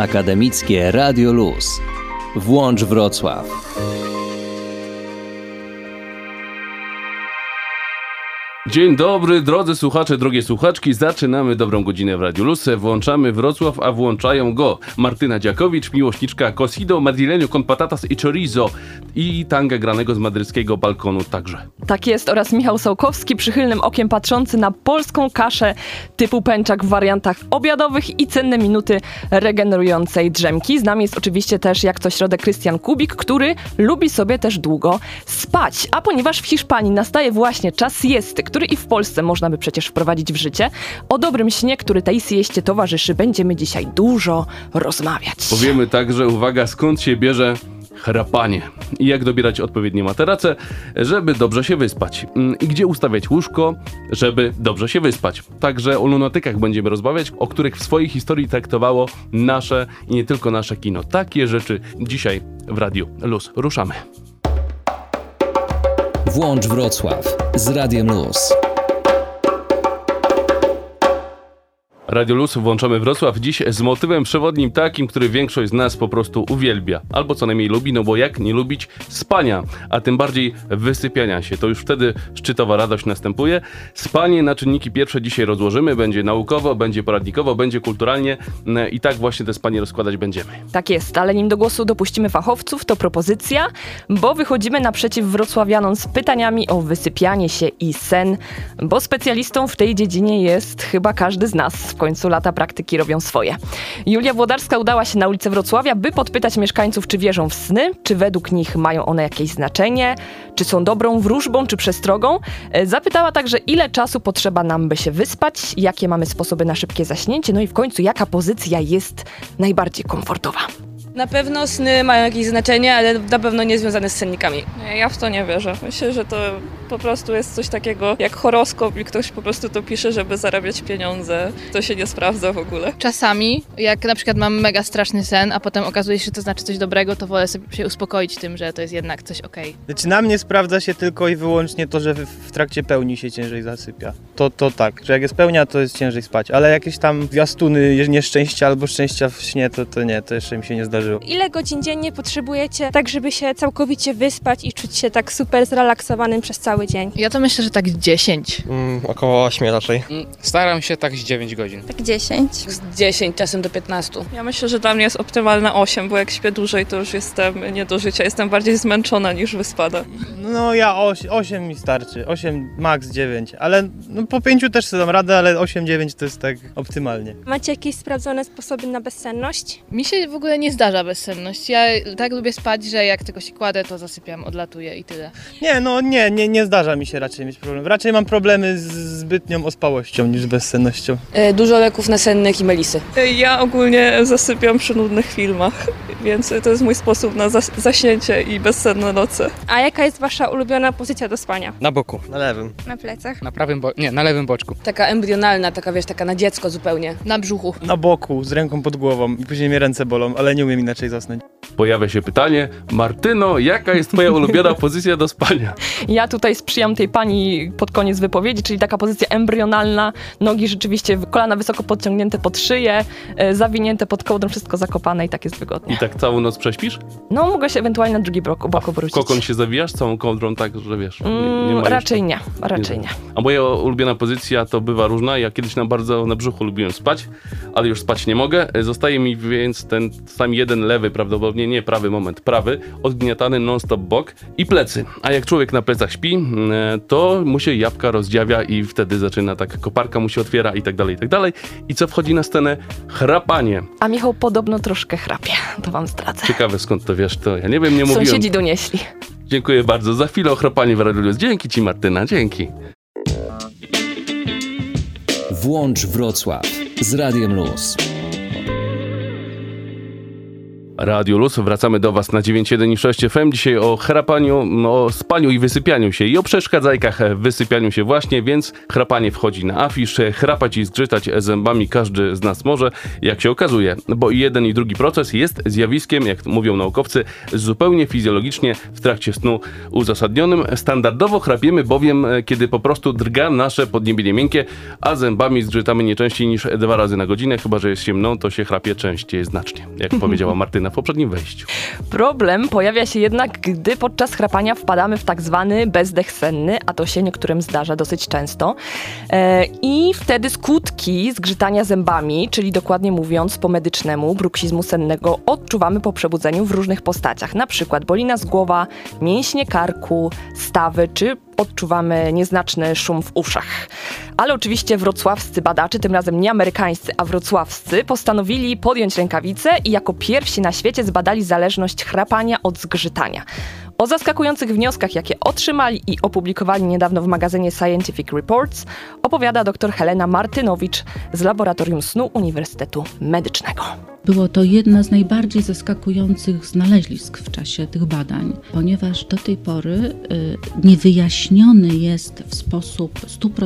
Akademickie Radio Luz. Włącz Wrocław. Dzień dobry, drodzy słuchacze, drogie słuchaczki. Zaczynamy dobrą godzinę w Radiu Luz. Włączamy Wrocław, a włączają go Martyna Dziakowicz, miłośniczka cocido, madrileño con patatas y chorizo i tanga granego z madryckiego balkonu także. Tak jest, oraz Michał Sołkowski, przychylnym okiem patrzący na polską kaszę typu pęczak w wariantach obiadowych i cenne minuty regenerującej drzemki. Z nami jest oczywiście też jak co środę Krystian Kubik, który lubi sobie też długo spać. A ponieważ w Hiszpanii nastaje właśnie czas siesty, który i w Polsce można by przecież wprowadzić w życie, o dobrym śnie, który tej sieście towarzyszy, będziemy dzisiaj dużo rozmawiać. Powiemy także, uwaga, skąd się bierze chrapanie i jak dobierać odpowiednie materace, żeby dobrze się wyspać. I gdzie ustawiać łóżko, żeby dobrze się wyspać. Także o lunatykach będziemy rozmawiać, o których w swojej historii traktowało nasze i nie tylko nasze kino. Takie rzeczy dzisiaj w Radiu Luz. Ruszamy. Włącz Wrocław z Radiem Luz. Radio Luz, włączamy Wrocław dziś z motywem przewodnim takim, który większość z nas po prostu uwielbia. Albo co najmniej lubi, no bo jak nie lubić spania, a tym bardziej wysypiania się. To już wtedy szczytowa radość następuje. Spanie na czynniki pierwsze dzisiaj rozłożymy. Będzie naukowo, będzie poradnikowo, będzie kulturalnie i tak właśnie te spanie rozkładać będziemy. Tak jest, ale nim do głosu dopuścimy fachowców, to propozycja, bo wychodzimy naprzeciw wrocławianom z pytaniami o wysypianie się i sen, bo specjalistą w tej dziedzinie jest chyba każdy z nas. W końcu lata praktyki robią swoje. Julia Włodarska udała się na ulicę Wrocławia, by podpytać mieszkańców, czy wierzą w sny, czy według nich mają one jakieś znaczenie, czy są dobrą wróżbą, czy przestrogą. Zapytała także, ile czasu potrzeba nam, by się wyspać, jakie mamy sposoby na szybkie zaśnięcie, no i w końcu, jaka pozycja jest najbardziej komfortowa. Na pewno sny mają jakieś znaczenie, ale na pewno nie związane z sennikami. Nie, ja w to nie wierzę. Myślę, że to po prostu jest coś takiego jak horoskop i ktoś po prostu to pisze, żeby zarabiać pieniądze. To się nie sprawdza w ogóle. Czasami, jak na przykład mam mega straszny sen, a potem okazuje się, że to znaczy coś dobrego, to wolę sobie się uspokoić tym, że to jest jednak coś okej. Znaczy na mnie sprawdza się tylko i wyłącznie to, że w trakcie pełni się ciężej zasypia. To tak, że jak jest pełnia, to jest ciężej spać, ale jakieś tam zwiastuny nieszczęścia albo szczęścia w śnie, to nie, to jeszcze mi się nie zdarzyło. Ile godzin dziennie potrzebujecie, tak żeby się całkowicie wyspać i czuć się tak super zrelaksowanym przez cały dzień? Ja to myślę, że tak 10. Około 8 raczej. Staram się tak z 9 godzin. Tak 10. Z 10, czasem do 15. Ja myślę, że dla mnie jest optymalne 8, bo jak śpię dłużej, to już jestem nie do życia. Jestem bardziej zmęczona niż wyspada. No ja 8 mi starczy, 8 max 9, ale no, po 5 też sobie dam radę, ale 8-9 to jest tak optymalnie. Macie jakieś sprawdzone sposoby na bezsenność? Mi się w ogóle nie zdarza bezsenność. Ja tak lubię spać, że jak tylko się kładę, to zasypiam, odlatuję i tyle. Nie zdarza mi się raczej mieć problem. Raczej mam problemy z zbytnią ospałością niż bezsennością. Dużo leków nasennych i melisy. Ja ogólnie zasypiam przy nudnych filmach, więc to jest mój sposób na zaśnięcie i bezsenne noce. A jaka jest wasza ulubiona pozycja do spania? Na boku. Na lewym. Na plecach? Na prawym na lewym boczku. Taka embrionalna, taka na dziecko zupełnie. Na brzuchu. Na boku, z ręką pod głową i później mnie ręce bolą, ale nie umiem inaczej zasnąć. Pojawia się pytanie, Martyno, jaka jest twoja ulubiona pozycja do spania? Ja tutaj sprzyjam tej pani pod koniec wypowiedzi, czyli taka pozycja embrionalna, nogi rzeczywiście, kolana wysoko podciągnięte pod szyję, zawinięte pod kołdrą, wszystko zakopane i tak jest wygodnie. I tak całą noc prześpisz? No, mogę się ewentualnie na drugi bok obrócić. Kokon się zawijasz całą kołdrą tak, że wiesz? Nie ma raczej jeszcze. nie. A moja ulubiona pozycja to bywa różna. Ja kiedyś bardzo na brzuchu lubiłem spać, ale już spać nie mogę. Zostaje mi więc ten sam jeden lewy, prawdopodobnie nie prawy prawy, odgniatany non-stop bok i plecy. A jak człowiek na plecach śpi, to mu się jabłka rozdziawia i wtedy zaczyna tak, koparka mu się otwiera i tak dalej, i tak dalej. I co wchodzi na scenę? Chrapanie. A Michał podobno troszkę chrapie, to wam zdradzę. Ciekawe skąd to wiesz, to ja nie wiem, nie mówiłem. Sąsiedzi donieśli. Dziękuję bardzo. Za chwilę o chrapaniu w Radiu Luz. Dzięki ci, Martyna, dzięki. Włącz Wrocław z Radiem Luz. Radio Luz, wracamy do Was na 9.1 i 6 FM. Dzisiaj o chrapaniu, o spaniu i wysypianiu się i o przeszkadzajkach w wysypianiu się właśnie, więc chrapanie wchodzi na afisz. Chrapać i zgrzytać zębami każdy z nas może, jak się okazuje, bo i jeden i drugi proces jest zjawiskiem, jak mówią naukowcy, zupełnie fizjologicznie w trakcie snu uzasadnionym. Standardowo chrapiemy bowiem, kiedy po prostu drga nasze podniebienie miękkie, a zębami zgrzytamy nie częściej niż 2 razy na godzinę, chyba że jest ciemno, to się chrapie częściej znacznie, jak powiedziała Martyna w poprzednim wejściu. Problem pojawia się jednak, gdy podczas chrapania wpadamy w tak zwany bezdech senny, a to się niektórym zdarza dosyć często. I wtedy skutki zgrzytania zębami, czyli dokładnie mówiąc po medycznemu bruksizmu sennego, odczuwamy po przebudzeniu w różnych postaciach. Na przykład boli nas głowa, mięśnie karku, stawy, czy odczuwamy nieznaczny szum w uszach. Ale oczywiście wrocławscy badacze, tym razem nie amerykańscy, a wrocławscy, postanowili podjąć rękawice i jako pierwsi na świecie zbadali zależność chrapania od zgrzytania. O zaskakujących wnioskach, jakie otrzymali i opublikowali niedawno w magazynie Scientific Reports, opowiada dr Helena Martynowicz z Laboratorium Snu Uniwersytetu Medycznego. Było to jedna z najbardziej zaskakujących znalezisk w czasie tych badań, ponieważ do tej pory niewyjaśniony jest w sposób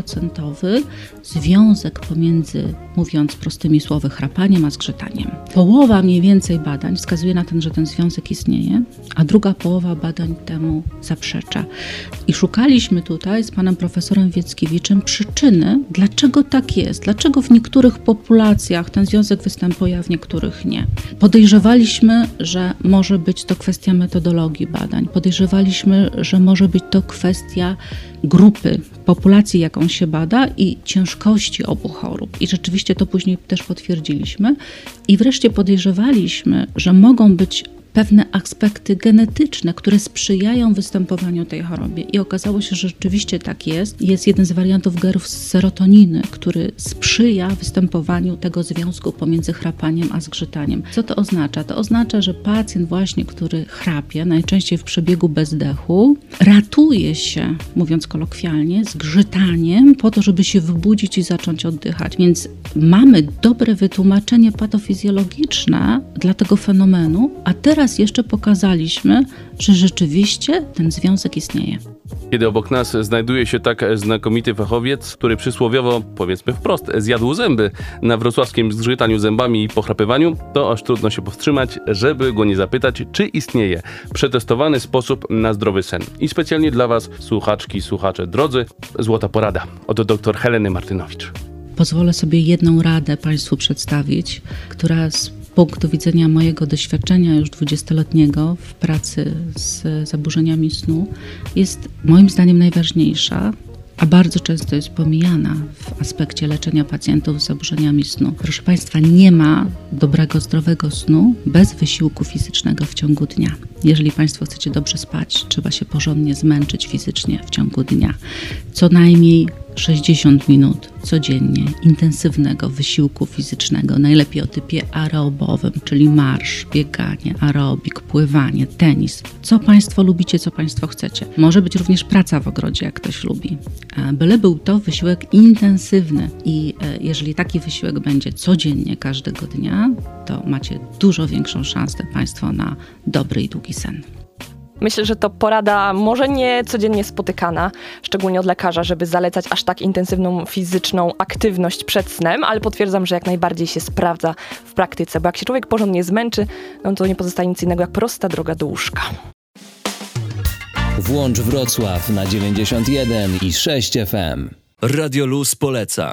100% związek pomiędzy, mówiąc prostymi słowy, chrapaniem a zgrzytaniem. Połowa mniej więcej badań wskazuje na to, że ten związek istnieje, a druga połowa badań temu zaprzecza. I szukaliśmy tutaj z panem profesorem Wieckiewiczem przyczyny, dlaczego tak jest, dlaczego w niektórych populacjach ten związek występuje, a w niektórych nie. Podejrzewaliśmy, że może być to kwestia metodologii badań. Podejrzewaliśmy, że może być to kwestia grupy, populacji, jaką się bada i ciężkości obu chorób. I rzeczywiście to później też potwierdziliśmy. I wreszcie podejrzewaliśmy, że mogą być pewne aspekty genetyczne, które sprzyjają występowaniu tej choroby. I okazało się, że rzeczywiście tak jest. Jest jeden z wariantów genów serotoniny, który sprzyja występowaniu tego związku pomiędzy chrapaniem a zgrzytaniem. Co to oznacza? To oznacza, że pacjent właśnie, który chrapie, najczęściej w przebiegu bezdechu, ratuje się, mówiąc kolokwialnie, zgrzytaniem po to, żeby się wybudzić i zacząć oddychać. Więc mamy dobre wytłumaczenie patofizjologiczne dla tego fenomenu, a teraz jeszcze pokazaliśmy, że rzeczywiście ten związek istnieje. Kiedy obok nas znajduje się tak znakomity fachowiec, który przysłowiowo, powiedzmy wprost, zjadł zęby na wrocławskim zgrzytaniu zębami i pochrapywaniu, to aż trudno się powstrzymać, żeby go nie zapytać, czy istnieje przetestowany sposób na zdrowy sen. I specjalnie dla Was, słuchaczki, słuchacze drodzy, złota porada od dr Heleny Martynowicz. Pozwolę sobie jedną radę Państwu przedstawić, która z punktu widzenia mojego doświadczenia już 20-letniego w pracy z zaburzeniami snu jest moim zdaniem najważniejsza, a bardzo często jest pomijana w aspekcie leczenia pacjentów z zaburzeniami snu. Proszę Państwa, nie ma dobrego, zdrowego snu bez wysiłku fizycznego w ciągu dnia. Jeżeli Państwo chcecie dobrze spać, trzeba się porządnie zmęczyć fizycznie w ciągu dnia. Co najmniej 60 minut codziennie intensywnego wysiłku fizycznego, najlepiej o typie aerobowym, czyli marsz, bieganie, aerobik, pływanie, tenis. Co Państwo lubicie, co Państwo chcecie. Może być również praca w ogrodzie, jak ktoś lubi. Byle był to wysiłek intensywny i jeżeli taki wysiłek będzie codziennie, każdego dnia, to macie dużo większą szansę Państwo na dobry i długi sen. Myślę, że to porada może nie codziennie spotykana, szczególnie od lekarza, żeby zalecać aż tak intensywną fizyczną aktywność przed snem, ale potwierdzam, że jak najbardziej się sprawdza w praktyce, bo jak się człowiek porządnie zmęczy, no to nie pozostaje nic innego jak prosta droga do łóżka. Włącz Wrocław na 91 i 6 FM. Radio Luz poleca.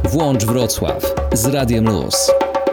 Włącz Wrocław z Radiem Luz.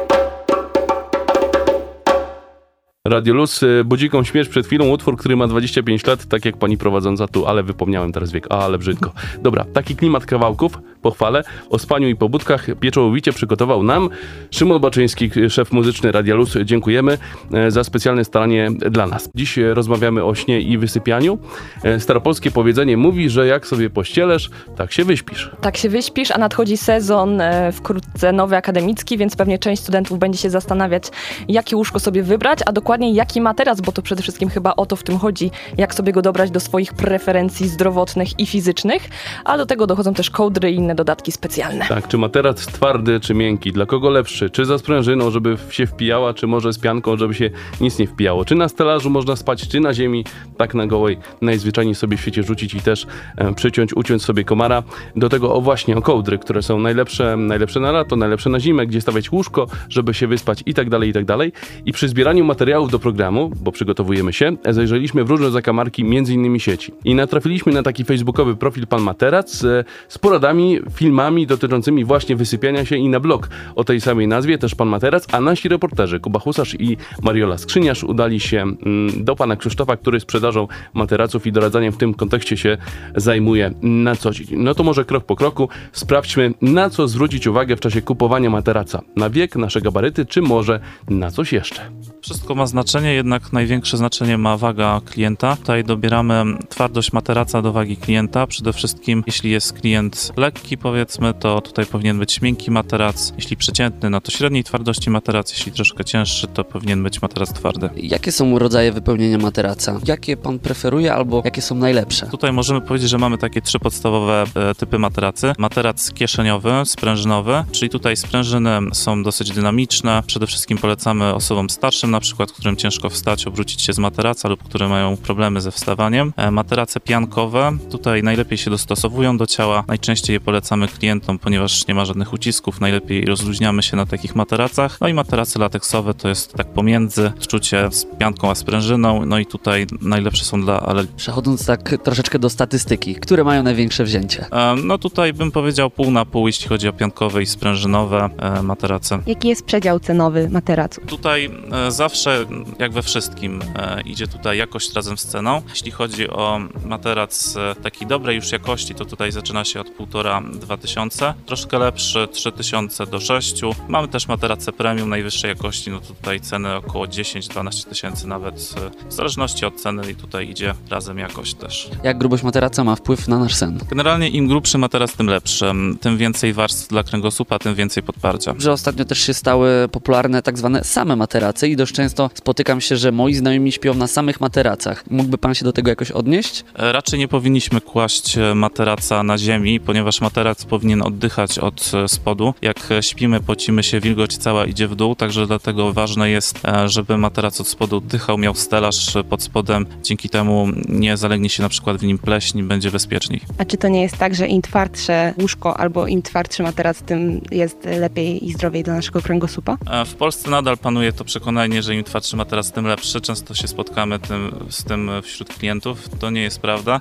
Radio Luz, Budziką śmierć przed chwilą, utwór, który ma 25 lat, tak jak pani prowadząca tu, ale wypomniałem teraz wiek, ale brzydko. Dobra, taki klimat kawałków, pochwalę, o spaniu i pobudkach pieczołowicie przygotował nam Szymon Baczyński, szef muzyczny Radia Luz. Dziękujemy za specjalne staranie dla nas. Dziś rozmawiamy o śnie i wysypianiu. Staropolskie powiedzenie mówi, że jak sobie pościelesz, tak się wyśpisz. Tak się wyśpisz, a nadchodzi sezon wkrótce nowy akademicki, więc pewnie część studentów będzie się zastanawiać, jakie łóżko sobie wybrać, a dokładnie jaki materac, bo to przede wszystkim chyba o to w tym chodzi, jak sobie go dobrać do swoich preferencji zdrowotnych i fizycznych, a do tego dochodzą też kołdry i inne dodatki specjalne. Tak, czy materac twardy, czy miękki, dla kogo lepszy, czy za sprężyną, żeby się wpijała, czy może z pianką, żeby się nic nie wpijało, czy na stelażu można spać, czy na ziemi, tak na gołej, najzwyczajniej sobie w świecie rzucić i też uciąć sobie komara. Do tego właśnie o kołdry, które są najlepsze na lato, najlepsze na zimę, gdzie stawiać łóżko, żeby się wyspać i tak dalej, i tak dalej. I przy zbieraniu materiałów do programu, bo przygotowujemy się, zajrzeliśmy w różne zakamarki, między innymi sieci. I natrafiliśmy na taki facebookowy profil Pan Materac z poradami, filmami dotyczącymi właśnie wysypiania się i na blog o tej samej nazwie, też Pan Materac, a nasi reporterzy Kuba Husarz i Mariola Skrzyniarz udali się do Pana Krzysztofa, który sprzedażą materaców i doradzaniem w tym kontekście się zajmuje na co dzień. No to może krok po kroku sprawdźmy, na co zwrócić uwagę w czasie kupowania materaca. Na wiek, nasze gabaryty, czy może na coś jeszcze? Wszystko ma znaczenie, jednak największe znaczenie ma waga klienta. Tutaj dobieramy twardość materaca do wagi klienta. Przede wszystkim, jeśli jest klient lekki, powiedzmy, to tutaj powinien być miękki materac. Jeśli przeciętny, no to średniej twardości materac. Jeśli troszkę cięższy, to powinien być materac twardy. Jakie są rodzaje wypełnienia materaca? Jakie pan preferuje albo jakie są najlepsze? Tutaj możemy powiedzieć, że mamy takie 3 podstawowe typy materacy. Materac kieszeniowy, sprężynowy, czyli tutaj sprężyny są dosyć dynamiczne. Przede wszystkim polecamy osobom starszym, na przykład, którym ciężko wstać, obrócić się z materaca lub które mają problemy ze wstawaniem. Materace piankowe tutaj najlepiej się dostosowują do ciała. Najczęściej je polecamy klientom, ponieważ nie ma żadnych ucisków. Najlepiej rozluźniamy się na takich materacach. No i materace lateksowe to jest tak pomiędzy, odczucie z pianką a sprężyną. No i tutaj najlepsze są dla alergii. Przechodząc tak troszeczkę do statystyki, które mają największe wzięcie? No tutaj bym powiedział pół na pół, jeśli chodzi o piankowe i sprężynowe materace. Jaki jest przedział cenowy materacu? Tutaj zawsze, jak we wszystkim, idzie tutaj jakość razem z ceną. Jeśli chodzi o materac takiej dobrej już jakości, to tutaj zaczyna się od 1,5–2 tysiące. Troszkę lepszy 3 tysiące do 6. Mamy też materace premium najwyższej jakości, no to tutaj ceny około 10–12 tysięcy nawet, w zależności od ceny i tutaj idzie razem jakość też. Jak grubość materaca ma wpływ na nasz sen? Generalnie im grubszy materac, tym lepszy. Tym więcej warstw dla kręgosłupa, tym więcej podparcia. Że ostatnio też się stały popularne tak zwane same materace i dość często spotykam się, że moi znajomi śpią na samych materacach. Mógłby pan się do tego jakoś odnieść? Raczej nie powinniśmy kłaść materaca na ziemi, ponieważ materac powinien oddychać od spodu. Jak śpimy, pocimy się, wilgoć cała idzie w dół, także dlatego ważne jest, żeby materac od spodu oddychał, miał stelaż pod spodem. Dzięki temu nie zalegnie się na przykład w nim pleśń, będzie bezpieczniej. A czy to nie jest tak, że im twardsze łóżko albo im twardszy materac, tym jest lepiej i zdrowiej dla naszego kręgosłupa? W Polsce nadal panuje to przekonanie, że im twardszy materac, tym lepszy. Często się spotkamy z tym wśród klientów. To nie jest prawda.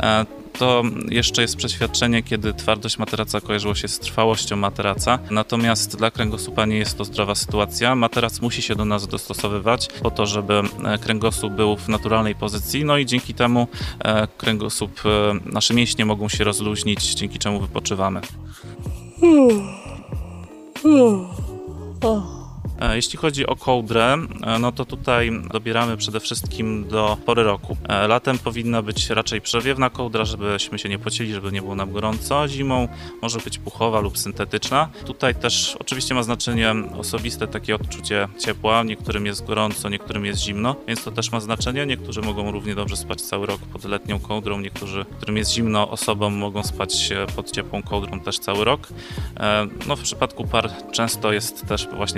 To jeszcze jest przeświadczenie, kiedy twardość materaca kojarzyło się z trwałością materaca. Natomiast dla kręgosłupa nie jest to zdrowa sytuacja. Materac musi się do nas dostosowywać po to, żeby kręgosłup był w naturalnej pozycji. No i dzięki temu kręgosłup, nasze mięśnie mogą się rozluźnić, dzięki czemu wypoczywamy. Jeśli chodzi o kołdrę, no to tutaj dobieramy przede wszystkim do pory roku. Latem powinna być raczej przewiewna kołdra, żebyśmy się nie pocili, żeby nie było nam gorąco. Zimą może być puchowa lub syntetyczna. Tutaj też oczywiście ma znaczenie osobiste takie odczucie ciepła. Niektórym jest gorąco, niektórym jest zimno, więc to też ma znaczenie. Niektórzy mogą równie dobrze spać cały rok pod letnią kołdrą, niektórzy, którym jest zimno, osobom mogą spać pod ciepłą kołdrą też cały rok. No w przypadku par często jest też właśnie ten problem,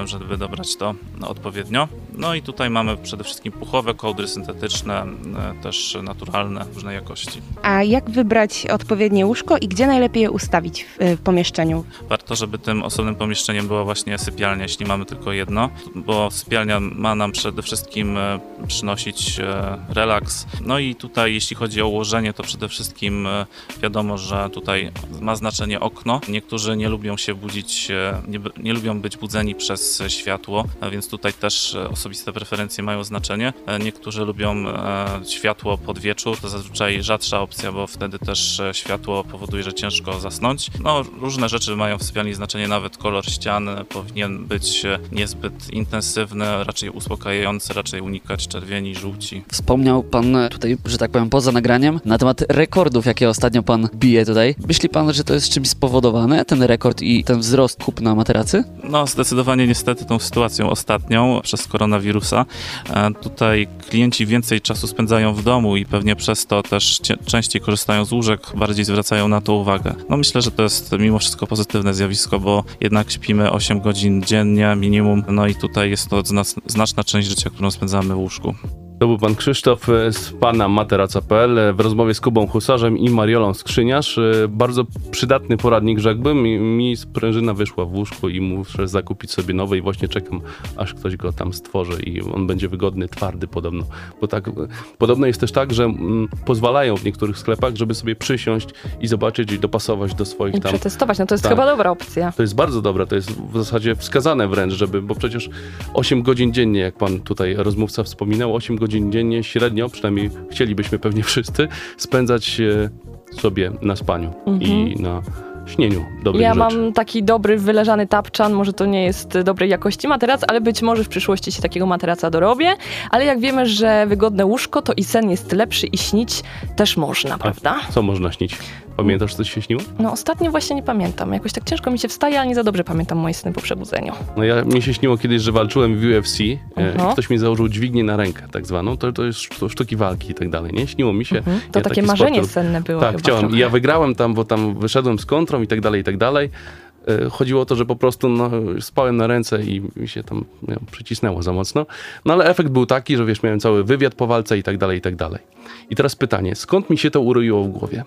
problem, żeby dobrać to odpowiednio. No i tutaj mamy przede wszystkim puchowe kołdry syntetyczne, też naturalne, różnej jakości. A jak wybrać odpowiednie łóżko i gdzie najlepiej je ustawić w pomieszczeniu? Warto, żeby tym osobnym pomieszczeniem była właśnie sypialnia, jeśli mamy tylko jedno, bo sypialnia ma nam przede wszystkim przynosić relaks. No i tutaj jeśli chodzi o ułożenie, to przede wszystkim wiadomo, że tutaj ma znaczenie okno. Niektórzy nie lubią się budzić, nie lubią być budzeni przez światło, więc tutaj też osobiste preferencje mają znaczenie. Niektórzy lubią światło pod wieczór, to zazwyczaj rzadsza opcja, bo wtedy też światło powoduje, że ciężko zasnąć. No, różne rzeczy mają w sypialni znaczenie, nawet kolor ścian powinien być niezbyt intensywny, raczej uspokajający, raczej unikać czerwieni, żółci. Wspomniał pan tutaj, że tak powiem, poza nagraniem, na temat rekordów, jakie ostatnio pan bije tutaj. Myśli pan, że to jest czymś spowodowane, ten rekord i ten wzrost kupna materacy? No, zdecydowanie niestety tą sytuacją ostatnią przez koronawirusa. Tutaj klienci więcej czasu spędzają w domu i pewnie przez to też częściej korzystają z łóżek, bardziej zwracają na to uwagę. No myślę, że to jest mimo wszystko pozytywne zjawisko, bo jednak śpimy 8 godzin dziennie minimum, no i tutaj jest to znaczna część życia, którą spędzamy w łóżku. To był pan Krzysztof z pana materaca.pl w rozmowie z Kubą Husarzem i Mariolą Skrzyniarz. Bardzo przydatny poradnik, rzekłbym. Mi sprężyna wyszła w łóżku i muszę zakupić sobie nowe i właśnie czekam, aż ktoś go tam stworzy i on będzie wygodny, twardy podobno. Bo tak, podobno jest też tak, że pozwalają w niektórych sklepach, żeby sobie przysiąść i zobaczyć i dopasować do swoich tam... I przetestować, no to jest chyba dobra opcja. To jest bardzo dobra, to jest w zasadzie wskazane wręcz, bo przecież 8 godzin dziennie, jak pan tutaj rozmówca wspominał, 8 godzin dziennie średnio, przynajmniej chcielibyśmy pewnie wszyscy, spędzać sobie na spaniu i na śnieniu dobrych rzeczy. Mam taki dobry, wyleżany tapczan, może to nie jest dobrej jakości materac, ale być może w przyszłości się takiego materaca dorobię, ale jak wiemy, że wygodne łóżko, to i sen jest lepszy i śnić też można, prawda? Co można śnić? Pamiętasz, co ci się śniło? No ostatnio właśnie nie pamiętam. Jakoś tak ciężko mi się wstaje, ale nie za dobrze pamiętam moje sny po przebudzeniu. No mi się śniło kiedyś, że walczyłem w UFC i ktoś mi założył dźwignię na rękę, tak zwaną. To jest sztuki walki i tak dalej, nie? Śniło mi się. To takie marzenie senne było. Tak, chciałem. I ja wygrałem tam, bo tam wyszedłem z kontrą i tak dalej, i tak dalej. Chodziło o to, że po prostu spałem na ręce i mi się tam przycisnęło za mocno. No ale efekt był taki, że miałem cały wywiad po walce i tak dalej, i tak dalej. I teraz pytanie, skąd mi się to uroiło w głowie?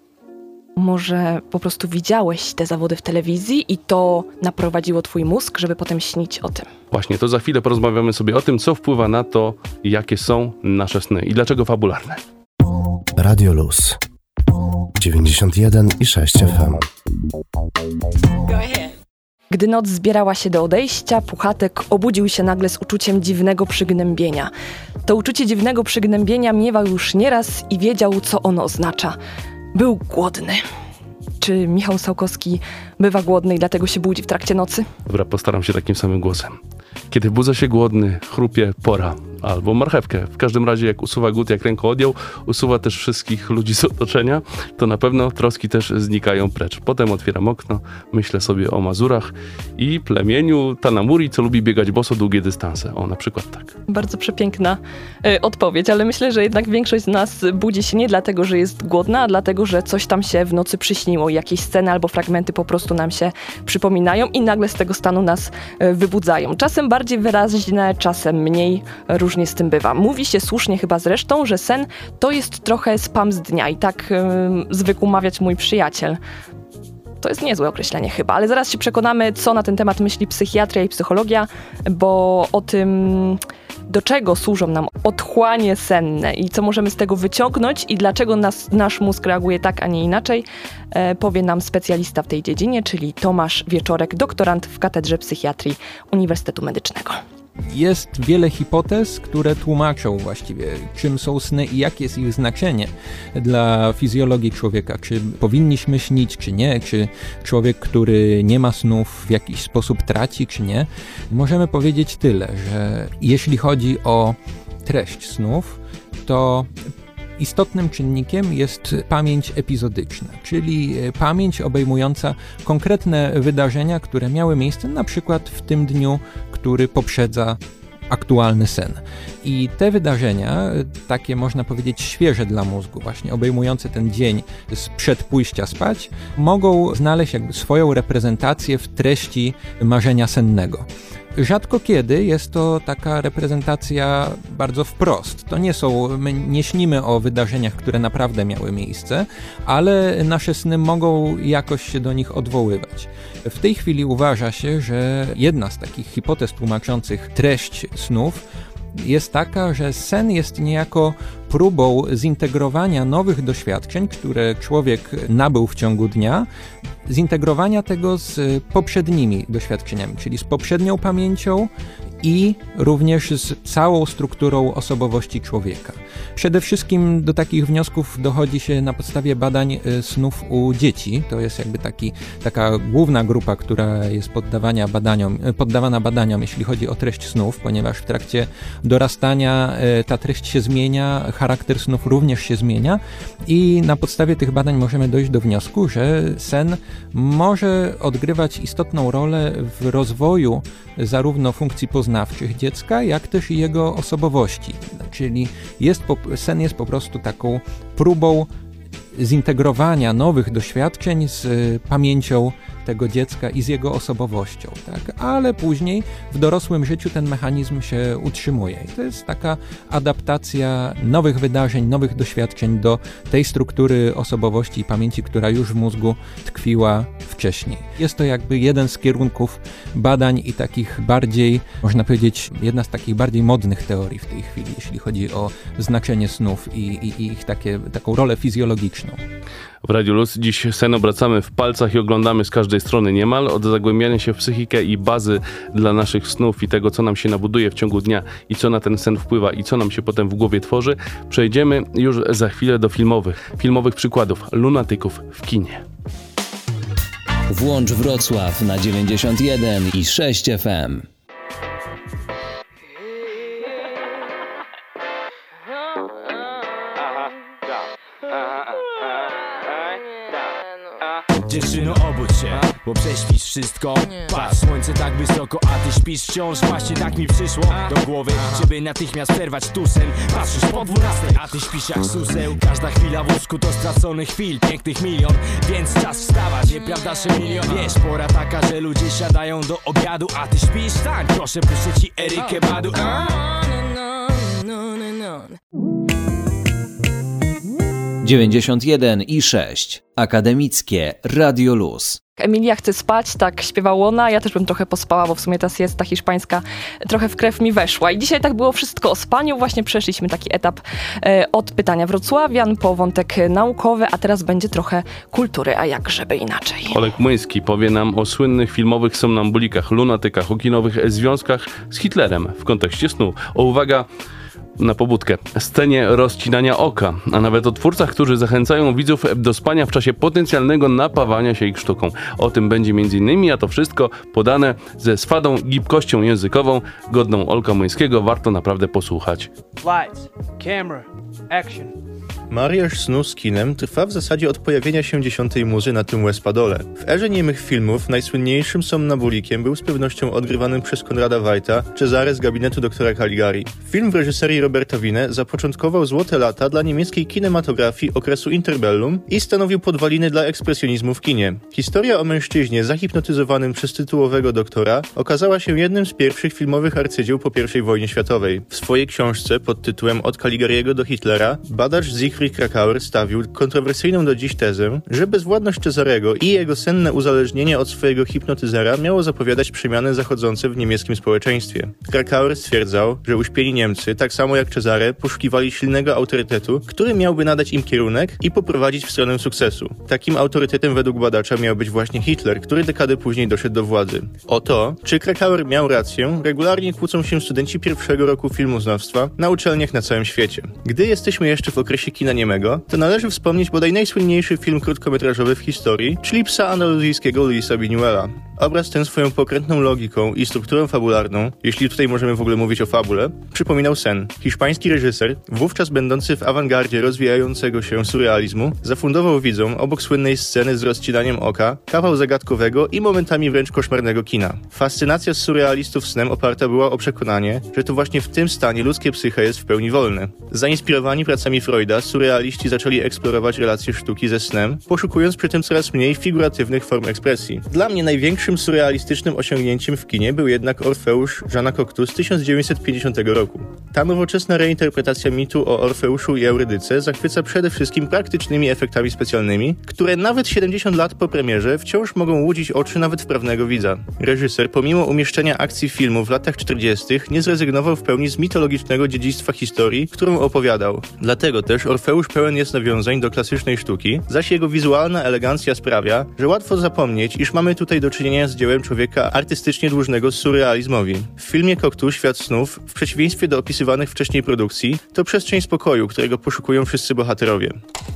Może po prostu widziałeś te zawody w telewizji i to naprowadziło twój mózg, żeby potem śnić o tym. Właśnie, to za chwilę porozmawiamy sobie o tym, co wpływa na to, jakie są nasze sny i dlaczego fabularne. Radio Luz 91,6 FM. Gdy noc zbierała się do odejścia, Puchatek obudził się nagle z uczuciem dziwnego przygnębienia. To uczucie dziwnego przygnębienia miewał już nieraz i wiedział, co ono oznacza. Był głodny. Czy Michał Sałkowski bywa głodny i dlatego się budzi w trakcie nocy? Dobra, postaram się takim samym głosem. Kiedy budzę się głodny, chrupie pora albo marchewkę. W każdym razie jak usuwa głód, jak ręką odjął, usuwa też wszystkich ludzi z otoczenia, to na pewno troski też znikają precz. Potem otwieram okno, myślę sobie o Mazurach i plemieniu Tanamuri, co lubi biegać boso długie dystanse. O, na przykład tak. Bardzo przepiękna odpowiedź, ale myślę, że jednak większość z nas budzi się nie dlatego, że jest głodna, a dlatego, że coś tam się w nocy przyśniło. Jakieś sceny albo fragmenty po prostu nam się przypominają i nagle z tego stanu nas wybudzają. Czasem bardziej wyraźne, czasem mniej, różnie z tym bywa. Mówi się słusznie chyba zresztą, że sen to jest trochę spam z dnia i tak zwykł mawiać mój przyjaciel. To jest niezłe określenie chyba, ale zaraz się przekonamy, co na ten temat myśli psychiatria i psychologia, bo o tym, do czego służą nam otchłanie senne i co możemy z tego wyciągnąć i dlaczego nasz mózg reaguje tak, a nie inaczej, powie nam specjalista w tej dziedzinie, czyli Tomasz Wieczorek, doktorant w Katedrze Psychiatrii Uniwersytetu Medycznego. Jest wiele hipotez, które tłumaczą właściwie, czym są sny i jakie jest ich znaczenie dla fizjologii człowieka. Czy powinniśmy śnić, czy nie, czy człowiek, który nie ma snów, w jakiś sposób traci, czy nie. Możemy powiedzieć tyle, że jeśli chodzi o treść snów, to istotnym czynnikiem jest pamięć epizodyczna, czyli pamięć obejmująca konkretne wydarzenia, które miały miejsce na przykład w tym dniu, który poprzedza aktualny sen. I te wydarzenia, takie można powiedzieć świeże dla mózgu, właśnie obejmujące ten dzień sprzed pójścia spać, mogą znaleźć jakby swoją reprezentację w treści marzenia sennego. Rzadko kiedy jest to taka reprezentacja bardzo wprost. My nie śnimy o wydarzeniach, które naprawdę miały miejsce, ale nasze sny mogą jakoś się do nich odwoływać. W tej chwili uważa się, że jedna z takich hipotez tłumaczących treść snów jest taka, że sen jest niejako próbą zintegrowania nowych doświadczeń, które człowiek nabył w ciągu dnia, zintegrowania tego z poprzednimi doświadczeniami, czyli z poprzednią pamięcią i również z całą strukturą osobowości człowieka. Przede wszystkim do takich wniosków dochodzi się na podstawie badań snów u dzieci. To jest jakby taka główna grupa, która jest poddawana badaniom, jeśli chodzi o treść snów, ponieważ w trakcie dorastania ta treść się zmienia, charakter snów również się zmienia i na podstawie tych badań możemy dojść do wniosku, że sen może odgrywać istotną rolę w rozwoju zarówno funkcji poznawczych dziecka, jak też i jego osobowości. Czyli sen jest po prostu taką próbą zintegrowania nowych doświadczeń z pamięcią tego dziecka i z jego osobowością, tak? Ale później w dorosłym życiu ten mechanizm się utrzymuje. I to jest taka adaptacja nowych wydarzeń, nowych doświadczeń do tej struktury osobowości i pamięci, która już w mózgu tkwiła wcześniej. Jest to jakby jeden z kierunków badań i takich bardziej, można powiedzieć, jedna z takich bardziej modnych teorii w tej chwili, jeśli chodzi o znaczenie snów i ich taką rolę fizjologiczną. W Radiu Luz dziś sen obracamy w palcach i oglądamy z każdej strony niemal. Od zagłębiania się w psychikę i bazy dla naszych snów i tego, co nam się nabuduje w ciągu dnia i co na ten sen wpływa i co nam się potem w głowie tworzy, przejdziemy już za chwilę do filmowych przykładów lunatyków w kinie. Włącz Wrocław na 91 i 6 FM. Dziewczyno, obudź się, bo prześpisz wszystko. Patrz, słońce tak wysoko, a ty śpisz wciąż. Właśnie tak mi przyszło do głowy, żeby natychmiast przerwać tu sen. Patrzysz po 12, a ty śpisz jak suseł. Każda chwila w łóżku to stracony chwil, pięknych milion. Więc czas wstawać, nieprawda, że milion. Wiesz, pora taka, że ludzie siadają do obiadu, a ty śpisz? Tak, proszę, puszczę ci Erykę Badu. 91 i 6. Akademickie Radio Luz. Emilia chce spać, tak śpiewa Łona. Ja też bym trochę pospała, bo w sumie ta siesta hiszpańska trochę w krew mi weszła. I dzisiaj tak było wszystko o spaniu. Właśnie przeszliśmy taki etap od pytania wrocławian po wątek naukowy, a teraz będzie trochę kultury, a jak żeby inaczej. Oleg Młyński powie nam o słynnych filmowych somnambulikach, lunatykach, o kinowych związkach z Hitlerem w kontekście snu. Uwaga na pobudkę, scenie rozcinania oka, a nawet o twórcach, którzy zachęcają widzów do spania w czasie potencjalnego napawania się ich sztuką. O tym będzie m.in., a to wszystko podane ze swadą gibkością językową, godną Olka Młyńskiego. Warto naprawdę posłuchać. Lights, camera, action. Mariaż snu z kinem trwa w zasadzie od pojawienia się 10. muzy na tym łez-padole. W erze niemych filmów najsłynniejszym somnabulikiem był z pewnością odgrywany przez Konrada Wajta Cezary z gabinetu doktora Caligari. Film w reżyserii Roberta Wine zapoczątkował złote lata dla niemieckiej kinematografii okresu interbellum i stanowił podwaliny dla ekspresjonizmu w kinie. Historia o mężczyźnie zahipnotyzowanym przez tytułowego doktora okazała się jednym z pierwszych filmowych arcydzieł po I wojnie światowej. W swojej książce pod tytułem Od Caligariego do Hitlera badacz Siegfried Krakauer stawił kontrowersyjną do dziś tezę, że bezwładność Cezarego i jego senne uzależnienie od swojego hipnotyzera miało zapowiadać przemiany zachodzące w niemieckim społeczeństwie. Krakauer stwierdzał, że uśpieni Niemcy, tak samo jak Cezary, poszukiwali silnego autorytetu, który miałby nadać im kierunek i poprowadzić w stronę sukcesu. Takim autorytetem według badacza miał być właśnie Hitler, który dekadę później doszedł do władzy. O to, czy Krakauer miał rację, regularnie kłócą się studenci pierwszego roku filmoznawstwa na uczelniach na całym świecie. Gdy jesteśmy jeszcze w okresie kina niemego, to należy wspomnieć bodaj najsłynniejszy film krótkometrażowy w historii, czyli Psa andaluzyjskiego Luisa Buñuela. Obraz ten swoją pokrętną logiką i strukturą fabularną, jeśli tutaj możemy w ogóle mówić o fabule, przypominał sen. Hiszpański reżyser, wówczas będący w awangardzie rozwijającego się surrealizmu, zafundował widzom obok słynnej sceny z rozcinaniem oka kawał zagadkowego i momentami wręcz koszmarnego kina. Fascynacja surrealistów snem oparta była o przekonanie, że to właśnie w tym stanie ludzkie psyche jest w pełni wolne. Zainspirowani pracami Freuda, surrealiści zaczęli eksplorować relacje sztuki ze snem, poszukując przy tym coraz mniej figuratywnych form ekspresji. Dla mnie największym Największym surrealistycznym osiągnięciem w kinie był jednak Orfeusz Jeana Cocteau z 1950 roku. Ta nowoczesna reinterpretacja mitu o Orfeuszu i Eurydyce zachwyca przede wszystkim praktycznymi efektami specjalnymi, które nawet 70 lat po premierze wciąż mogą łudzić oczy nawet wprawnego widza. Reżyser, pomimo umieszczenia akcji filmu w latach 40., nie zrezygnował w pełni z mitologicznego dziedzictwa historii, którą opowiadał. Dlatego też Orfeusz pełen jest nawiązań do klasycznej sztuki, zaś jego wizualna elegancja sprawia, że łatwo zapomnieć, iż mamy tutaj do czynienia z dziełem człowieka artystycznie dłużnego surrealizmowi. W filmie Cocteau Świat snów, w przeciwieństwie do opisywanych wcześniej produkcji, to przestrzeń spokoju, którego poszukują wszyscy bohaterowie.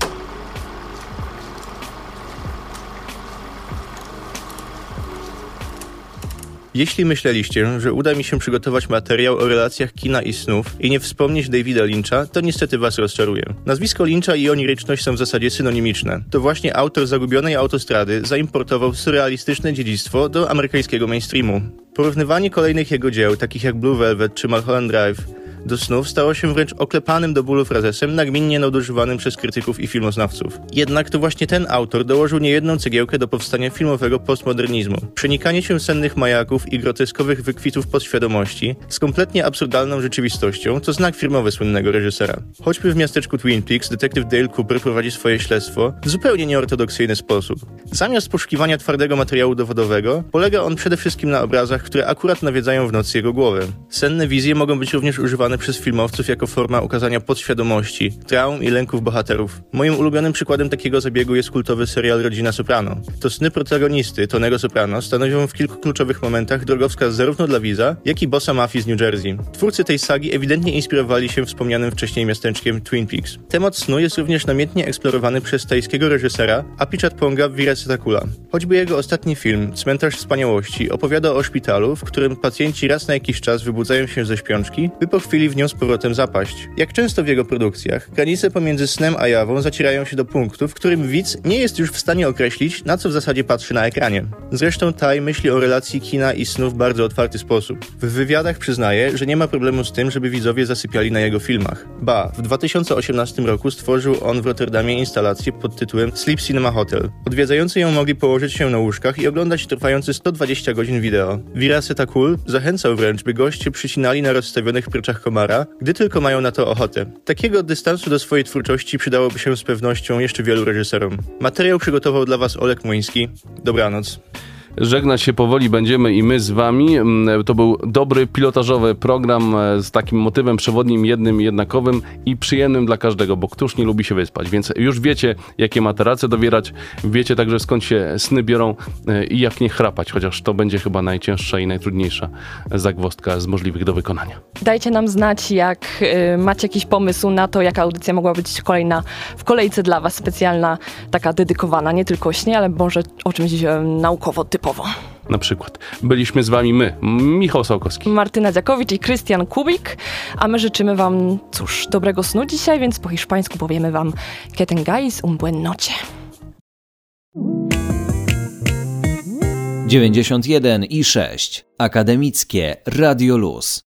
Jeśli myśleliście, że uda mi się przygotować materiał o relacjach kina i snów i nie wspomnieć Davida Lyncha, to niestety was rozczaruję. Nazwisko Lyncha i oniryczność są w zasadzie synonimiczne. To właśnie autor Zagubionej autostrady zaimportował surrealistyczne dziedzictwo do amerykańskiego mainstreamu. Porównywanie kolejnych jego dzieł, takich jak Blue Velvet czy Mulholland Drive, do snów stało się wręcz oklepanym do bólu frazesem, nagminnie nadużywanym przez krytyków i filmoznawców. Jednak to właśnie ten autor dołożył niejedną cegiełkę do powstania filmowego postmodernizmu. Przenikanie się sennych majaków i groteskowych wykwitów podświadomości z kompletnie absurdalną rzeczywistością to znak firmowy słynnego reżysera. Choćby w miasteczku Twin Peaks detektyw Dale Cooper prowadzi swoje śledztwo w zupełnie nieortodoksyjny sposób. Zamiast poszukiwania twardego materiału dowodowego, polega on przede wszystkim na obrazach, które akurat nawiedzają w nocy jego głowę. Senne wizje mogą być również używane przez filmowców jako forma ukazania podświadomości, traum i lęków bohaterów. Moim ulubionym przykładem takiego zabiegu jest kultowy serial Rodzina Soprano. To sny protagonisty, Tonego Soprano, stanowią w kilku kluczowych momentach drogowskaz zarówno dla widza, jak i bossa mafii z New Jersey. Twórcy tej sagi ewidentnie inspirowali się wspomnianym wcześniej miasteczkiem Twin Peaks. Temat snu jest również namiętnie eksplorowany przez tajskiego reżysera Apichatponga Weerasettakula. Choćby jego ostatni film, Cmentarz Wspaniałości, opowiada o szpitalu, w którym pacjenci raz na jakiś czas wybudzają się ze śpiączki, by po chwili w nią z powrotem zapaść. Jak często w jego produkcjach, granice pomiędzy snem a jawą zacierają się do punktu, w którym widz nie jest już w stanie określić, na co w zasadzie patrzy na ekranie. Zresztą Taj myśli o relacji kina i snu w bardzo otwarty sposób. W wywiadach przyznaje, że nie ma problemu z tym, żeby widzowie zasypiali na jego filmach. Ba, w 2018 roku stworzył on w Rotterdamie instalację pod tytułem Sleep Cinema Hotel. Odwiedzający ją mogli położyć się na łóżkach i oglądać trwający 120 godzin wideo. Weerasettakul zachęcał wręcz, by goście przycinali na rozstawionych pryczach komara, gdy tylko mają na to ochotę. Takiego dystansu do swojej twórczości przydałoby się z pewnością jeszcze wielu reżyserom. Materiał przygotował dla was Olek Młyński. Dobranoc. Żegnać się powoli będziemy i my z wami. To był dobry, pilotażowy program z takim motywem przewodnim, jednym, jednakowym i przyjemnym dla każdego, bo któż nie lubi się wyspać. Więc już wiecie, jakie materace dobierać, wiecie także skąd się sny biorą i jak nie chrapać, chociaż to będzie chyba najcięższa i najtrudniejsza zagwozdka z możliwych do wykonania. Dajcie nam znać, jak macie jakiś pomysł na to, jaka audycja mogła być kolejna w kolejce dla was, specjalna, taka dedykowana, nie tylko o śnie, ale może o czymś naukowo-typowym. Na przykład. Byliśmy z wami my, Michał Sołkowski, Martyna Dziakowicz i Krystian Kubik, a my życzymy wam, dobrego snu dzisiaj, więc po hiszpańsku powiemy wam que tengáis un buen noche. 91,6 Akademickie Radio Luz.